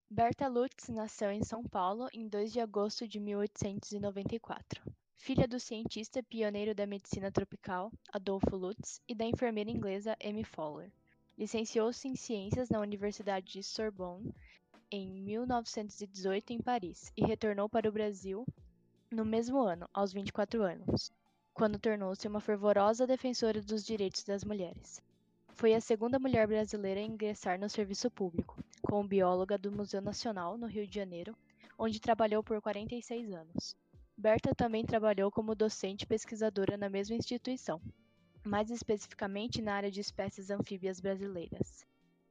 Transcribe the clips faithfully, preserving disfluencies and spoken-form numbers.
Berta Lutz nasceu em São Paulo em dois de agosto de mil oitocentos e noventa e quatro. Filha do cientista pioneiro da medicina tropical, Adolfo Lutz, e da enfermeira inglesa Amy Fowler. Licenciou-se em Ciências na Universidade de Sorbonne em mil novecentos e dezoito em Paris e retornou para o Brasil no mesmo ano, aos vinte e quatro anos, quando tornou-se uma fervorosa defensora dos direitos das mulheres. Foi a segunda mulher brasileira a ingressar no serviço público, como bióloga do Museu Nacional, no Rio de Janeiro, onde trabalhou por quarenta e seis anos. Berta também trabalhou como docente e pesquisadora na mesma instituição, mais especificamente na área de espécies anfíbias brasileiras.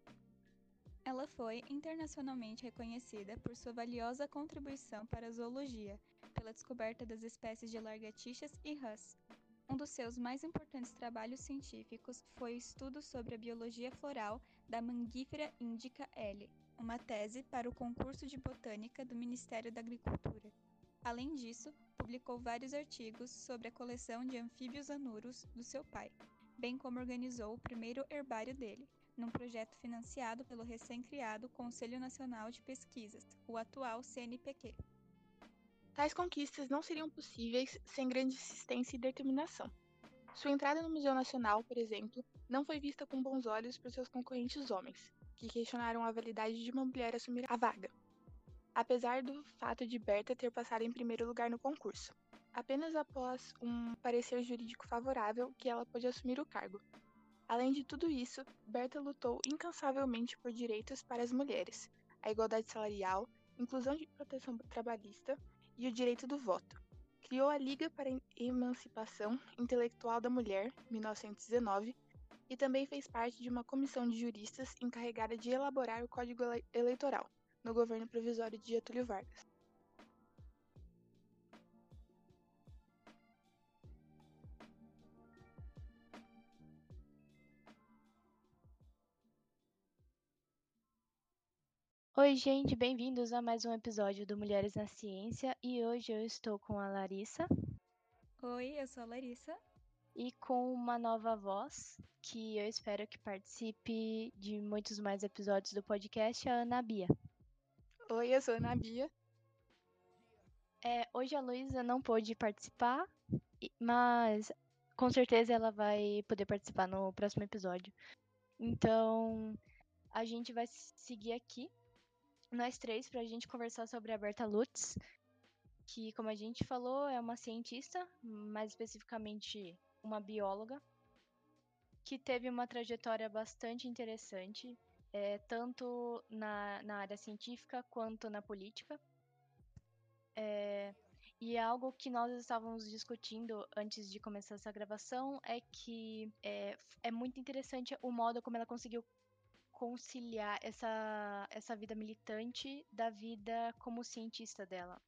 Ela foi internacionalmente reconhecida por sua valiosa contribuição para a zoologia, pela descoberta das espécies de lagartixas e rãs. Um dos seus mais importantes trabalhos científicos foi o estudo sobre a biologia floral da Mangifera indica L, uma tese para o concurso de botânica do Ministério da Agricultura. Além disso, publicou vários artigos sobre a coleção de anfíbios anuros do seu pai, bem como organizou o primeiro herbário dele, num projeto financiado pelo recém-criado Conselho Nacional de Pesquisas, o atual C N P Q. Tais conquistas não seriam possíveis sem grande insistência e determinação. Sua entrada no Museu Nacional, por exemplo, não foi vista com bons olhos por seus concorrentes homens, que questionaram a validade de uma mulher assumir a vaga, apesar do fato de Berta ter passado em primeiro lugar no concurso. Apenas após um parecer jurídico favorável que ela pôde assumir o cargo. Além de tudo isso, Berta lutou incansavelmente por direitos para as mulheres, a igualdade salarial, inclusão de proteção trabalhista e o direito do voto. Criou a Liga para a Emancipação Intelectual da Mulher, mil novecentos e dezenove, e também fez parte de uma comissão de juristas encarregada de elaborar o Código Eleitoral, no governo provisório de Getúlio Vargas. Oi, gente, bem-vindos a mais um episódio do Mulheres na Ciência e hoje eu estou com a Larissa. Oi, eu sou a Larissa. E com uma nova voz, que eu espero que participe de muitos mais episódios do podcast, a Ana Bia. Oi, eu sou a Ana Bia. É, hoje a Luísa não pôde participar, mas com certeza ela vai poder participar no próximo episódio. Então, a gente vai seguir aqui, nós três, para a gente conversar sobre a Berta Lutz, que, como a gente falou, é uma cientista, mais especificamente uma bióloga, que teve uma trajetória bastante interessante, é, tanto na, na área científica quanto na política. É, e algo que nós estávamos discutindo antes de começar essa gravação é que é, é muito interessante o modo como ela conseguiu conciliar essa, essa vida militante da vida como cientista dela.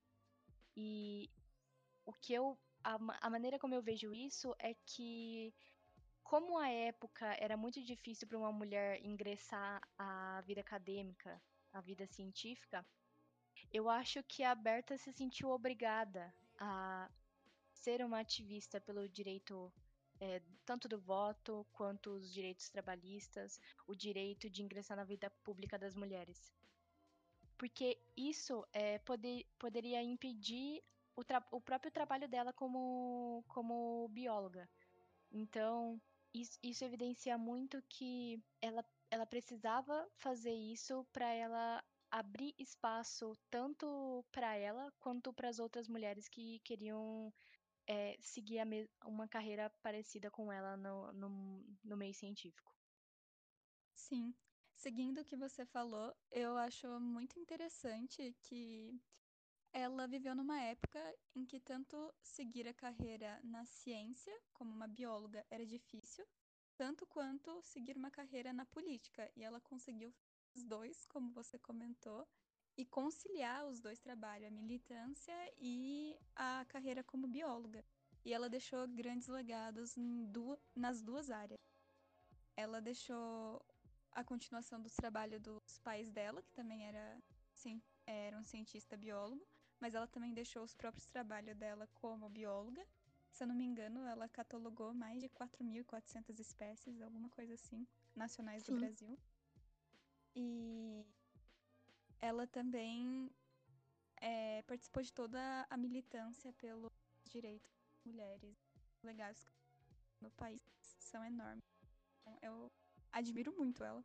E o que eu, a, a maneira como eu vejo isso é que, como a época era muito difícil para uma mulher ingressar à vida acadêmica, à vida científica, eu acho que a Berta se sentiu obrigada a ser uma ativista pelo direito, é, tanto do voto quanto os direitos trabalhistas, o direito de ingressar na vida pública das mulheres. Porque isso é, poder, poderia impedir o, o próprio trabalho dela como, como bióloga. Então, isso, isso evidencia muito que ela, ela precisava fazer isso para ela abrir espaço tanto para ela quanto para as outras mulheres que queriam é, seguir uma carreira parecida com ela no, no, no meio científico. Sim, seguindo o que você falou, eu acho muito interessante que ela viveu numa época em que tanto seguir a carreira na ciência, como uma bióloga, era difícil, tanto quanto seguir uma carreira na política. E ela conseguiu os dois, como você comentou, e conciliar os dois trabalhos, a militância e a carreira como bióloga. E ela deixou grandes legados em du- nas duas áreas. Ela deixou a continuação dos trabalhos dos pais dela, que também era, sim, era um cientista biólogo, mas ela também deixou os próprios trabalhos dela como bióloga. Se eu não me engano, ela catalogou mais de quatro mil e quatrocentas espécies, alguma coisa assim, nacionais do Sim. Brasil. E ela também é, participou de toda a militância pelos direitos das mulheres. Os legados no país são enormes. Então, eu admiro muito ela.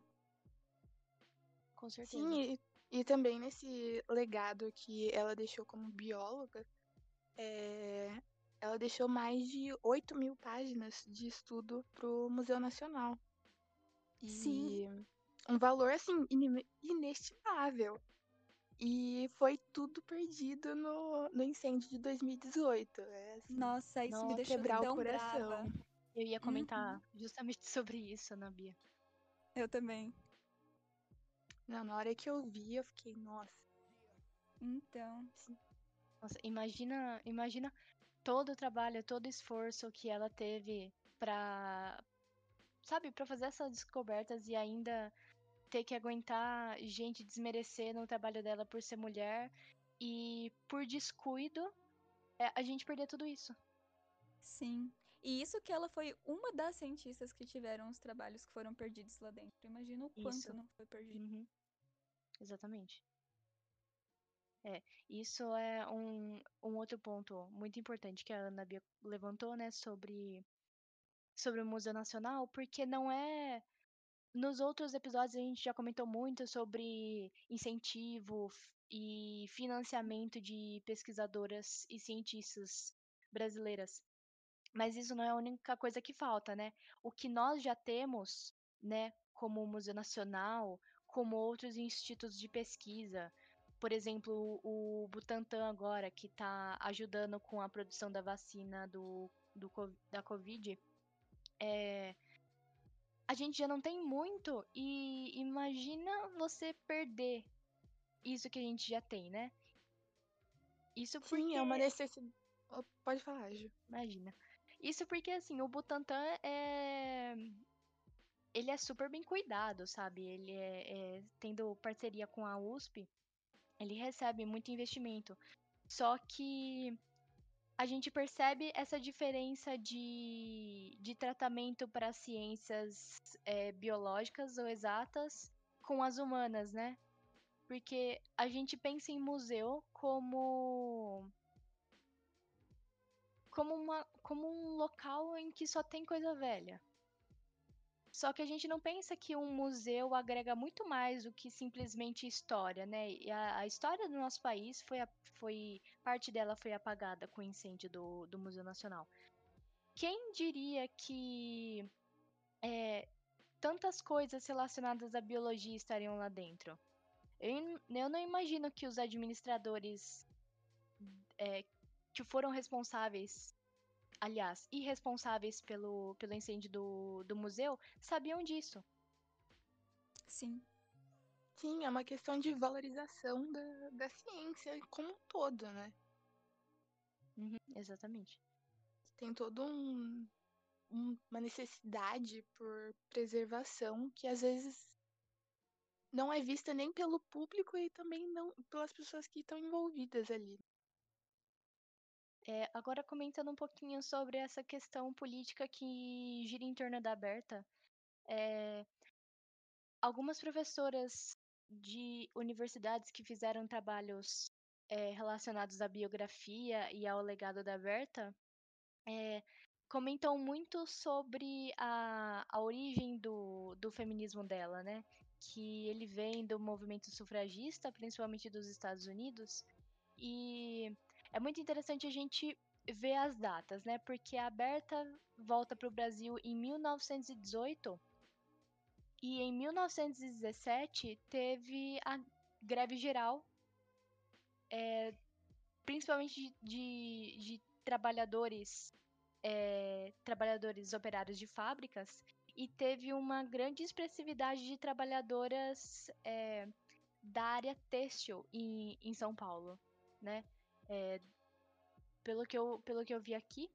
Com certeza. Sim, e, e também nesse legado que ela deixou como bióloga, é, ela deixou mais de oito mil páginas de estudo pro Museu Nacional. Sim. E um valor, assim, ine- inestimável. E foi tudo perdido no, no incêndio de dois mil e dezoito. É, assim, Nossa, isso me Nossa, deixou quebrar o tão coração. brava. Eu ia comentar Uhum. justamente sobre isso, Ana Bia. Eu também. Não, na hora que eu vi, eu fiquei, nossa. Então, Nossa, imagina, imagina todo o trabalho, todo o esforço que ela teve pra, sabe, pra fazer essas descobertas e ainda ter que aguentar gente desmerecendo o trabalho dela por ser mulher e por descuido, é, a gente perder tudo isso. sim. E isso que ela foi uma das cientistas que tiveram os trabalhos que foram perdidos lá dentro. Imagina o quanto Isso. não foi perdido. Uhum, exatamente. É, isso é um, um outro ponto muito importante que a Ana Bia levantou, né, sobre, sobre o Museu Nacional, porque não é. Nos outros episódios a gente já comentou muito sobre incentivo f- e financiamento de pesquisadoras e cientistas brasileiras. Mas isso não é a única coisa que falta, né? O que nós já temos, né, como o Museu Nacional, como outros institutos de pesquisa, por exemplo, o Butantan agora, que está ajudando com a produção da vacina do, do, co- da Covid, é, a gente já não tem muito e imagina você perder isso que a gente já tem, né? Isso Sim, porque, é uma necessidade. Pode falar, Ju. imagina. Isso porque assim, o Butantan é ele é super bem cuidado, sabe? Ele é, é tendo parceria com a U S P, ele recebe muito investimento. Só que a gente percebe essa diferença de, de tratamento para ciências é, biológicas ou exatas com as humanas, né? Porque a gente pensa em museu como como uma como um local em que só tem coisa velha. Só que a gente não pensa que um museu agrega muito mais do que simplesmente história, né? E a, a história do nosso país foi, a- foi parte dela foi apagada com o incêndio do, do Museu Nacional. Quem diria que é, tantas coisas relacionadas à biologia estariam lá dentro? Eu, im- eu não imagino que os administradores é, que foram responsáveis, aliás, irresponsáveis pelo, pelo incêndio do, do museu, sabiam disso. Sim. Sim, é uma questão de valorização da, da ciência como um todo, né? Uhum, exatamente. Tem todo um, um- uma necessidade por preservação que às vezes não é vista nem pelo público e também não pelas pessoas que estão envolvidas ali. É, agora comentando um pouquinho sobre essa questão política que gira em torno da Berta, é, algumas professoras de universidades que fizeram trabalhos é, relacionados à biografia e ao legado da Berta é, comentam muito sobre a, a origem do, do feminismo dela, né? Que ele vem do movimento sufragista, principalmente dos Estados Unidos, e é muito interessante a gente ver as datas, né? Porque a Berta volta para o Brasil em mil novecentos e dezoito e em mil novecentos e dezessete teve a greve geral, principalmente de, de, de trabalhadores é, trabalhadores operários de fábricas e teve uma grande expressividade de trabalhadoras é, da área têxtil em, em São Paulo, né? É, pelo, que eu, pelo que eu vi aqui,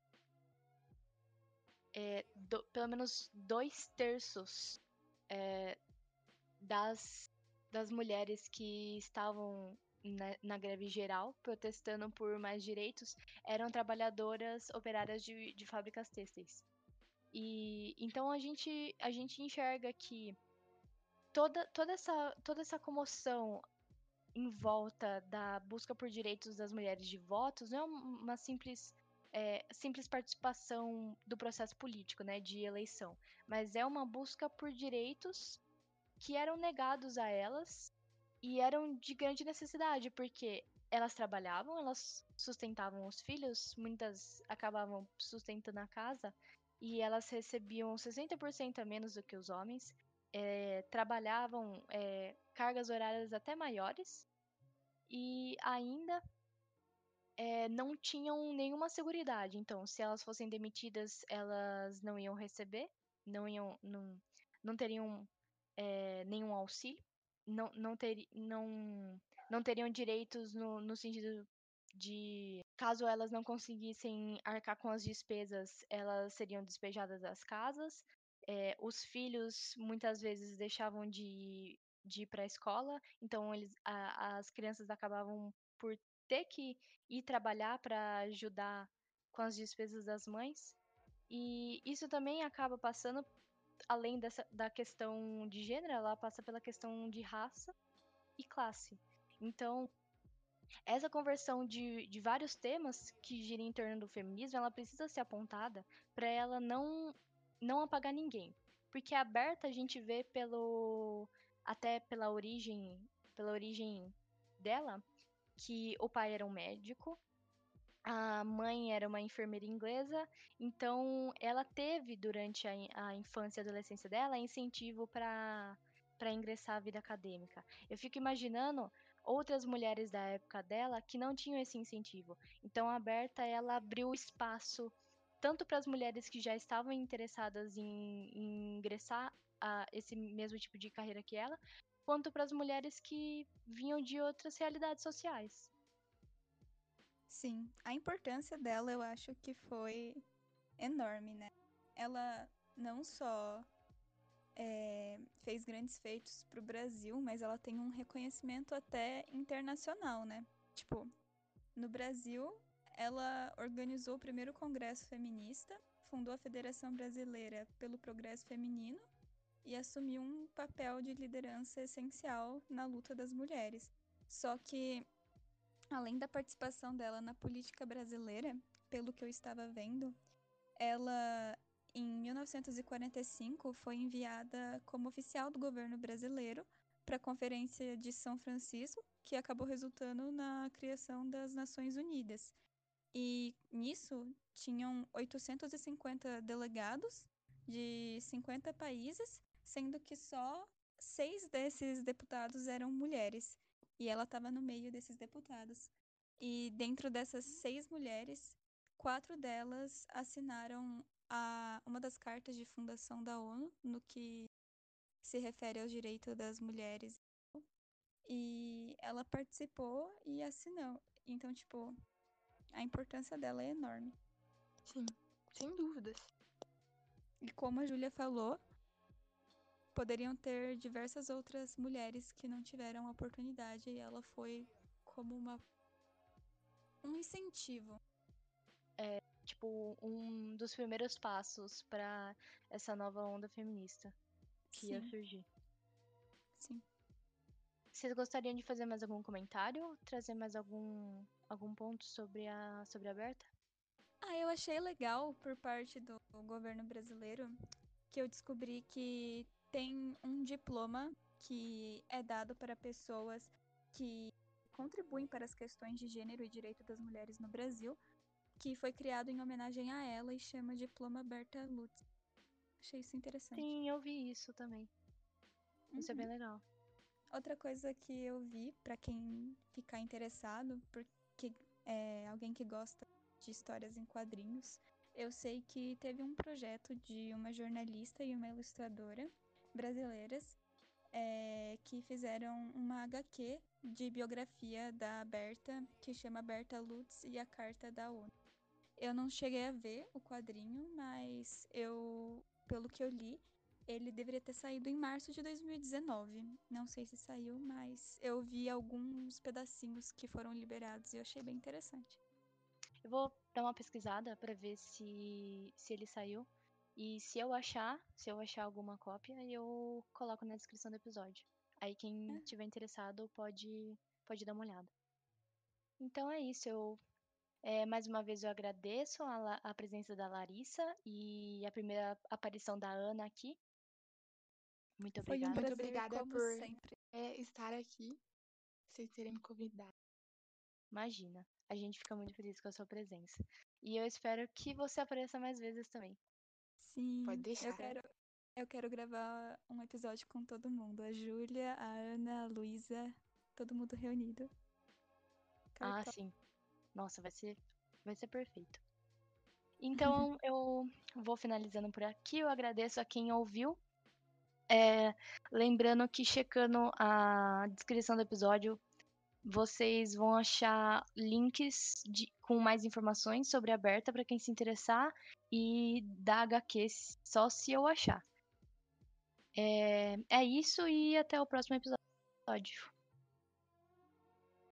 é, do- pelo menos dois terços é, das, das mulheres que estavam na, na greve geral, protestando por mais direitos, eram trabalhadoras operárias de, de fábricas têxteis. E então a gente a gente enxerga que toda toda essa toda essa comoção em volta da busca por direitos das mulheres de votos não é uma simples, é, simples participação do processo político, né, de eleição, mas é uma busca por direitos que eram negados a elas e eram de grande necessidade, porque elas trabalhavam, elas sustentavam os filhos, muitas acabavam sustentando a casa, e elas recebiam sessenta por cento a menos do que os homens, é, trabalhavam é, cargas horárias até maiores, e ainda é, não tinham nenhuma seguridade. Então, se elas fossem demitidas, elas não iam receber, não iam, não, não teriam é, nenhum auxílio, não, não, teri, não, não teriam direitos no, no sentido de, caso elas não conseguissem arcar com as despesas, elas seriam despejadas das casas. É, os filhos muitas vezes deixavam de, de ir para a escola, então eles, a, as crianças acabavam por ter que ir trabalhar para ajudar com as despesas das mães. E isso também acaba passando, além dessa, da questão de gênero, ela passa pela questão de raça e classe. Então, essa conversão de, de vários temas que giram em torno do feminismo, ela precisa ser apontada para ela não, não apagar ninguém. Porque a Berta a gente vê pelo até pela origem, pela origem dela, que o pai era um médico, a mãe era uma enfermeira inglesa, então ela teve durante a, in- a infância e adolescência dela incentivo para para ingressar à vida acadêmica. Eu fico imaginando outras mulheres da época dela que não tinham esse incentivo. Então a Berta ela abriu espaço tanto para as mulheres que já estavam interessadas em, em ingressar a esse mesmo tipo de carreira que ela, quanto para as mulheres que vinham de outras realidades sociais. Sim, a importância dela eu acho que foi enorme, né? Ela não só é, fez grandes feitos pro Brasil, mas ela tem um reconhecimento até internacional, né? Tipo, no Brasil, ela organizou o primeiro congresso feminista, fundou a Federação Brasileira pelo Progresso Feminino e assumiu um papel de liderança essencial na luta das mulheres. Só que, além da participação dela na política brasileira, pelo que eu estava vendo, ela, em mil novecentos e quarenta e cinco, foi enviada como oficial do governo brasileiro para a Conferência de São Francisco, que acabou resultando na criação das Nações Unidas. E nisso tinham oitocentos e cinquenta delegados de cinquenta países, sendo que só seis desses deputados eram mulheres. E ela estava no meio desses deputados. E dentro dessas seis mulheres, quatro delas assinaram a, uma das cartas de fundação da ONU, no que se refere aos direitos das mulheres. E ela participou e assinou. Então, tipo, a importância dela é enorme. Sim, sem dúvidas. E como a Júlia falou, poderiam ter diversas outras mulheres que não tiveram a oportunidade e ela foi como uma um incentivo. Tipo, um dos primeiros passos para essa nova onda feminista que ia Sim, surgir. sim. Vocês gostariam de fazer mais algum comentário? Trazer mais algum, algum ponto sobre a, sobre a Berta? Ah, eu achei legal por parte do governo brasileiro que eu descobri que tem um diploma que é dado para pessoas que contribuem para as questões de gênero e direito das mulheres no Brasil, que foi criado em homenagem a ela e chama Diploma Berta Lutz. Achei isso interessante. Sim, eu vi isso também. Isso é bem Uhum. legal. Outra coisa que eu vi, para quem ficar interessado, porque é alguém que gosta de histórias em quadrinhos, eu sei que teve um projeto de uma jornalista e uma ilustradora brasileiras é, que fizeram uma agá quê de biografia da Berta, que chama Berta Lutz e a Carta da ONU. Eu não cheguei a ver o quadrinho, mas eu, pelo que eu li, ele deveria ter saído em março de dois mil e dezenove. Não sei se saiu, mas eu vi alguns pedacinhos que foram liberados e eu achei bem interessante. Eu vou dar uma pesquisada para ver se, se ele saiu. E se eu achar, se eu achar alguma cópia, eu coloco na descrição do episódio. Aí quem É, tiver interessado pode, pode dar uma olhada. Então é isso, eu é, mais uma vez eu agradeço a, La- a presença da Larissa e a primeira aparição da Ana aqui. Muito Foi um obrigada. Muito prazer, obrigada como por sempre. é, estar aqui, vocês terem me convidado. Imagina, a gente fica muito feliz com a sua presença. E eu espero que você apareça mais vezes também. Sim, Pode eu deixar. quero, eu quero gravar um episódio com todo mundo. A Júlia, a Ana, a Luísa, todo mundo reunido. Quero Ah, to- sim. Nossa, vai ser, vai ser perfeito. Então eu vou finalizando por aqui. Eu agradeço a quem ouviu. É, lembrando que checando a descrição do episódio, vocês vão achar links de- com mais informações sobre a Berta para quem se interessar e da H Q só se eu achar. É, é isso e até o próximo episódio.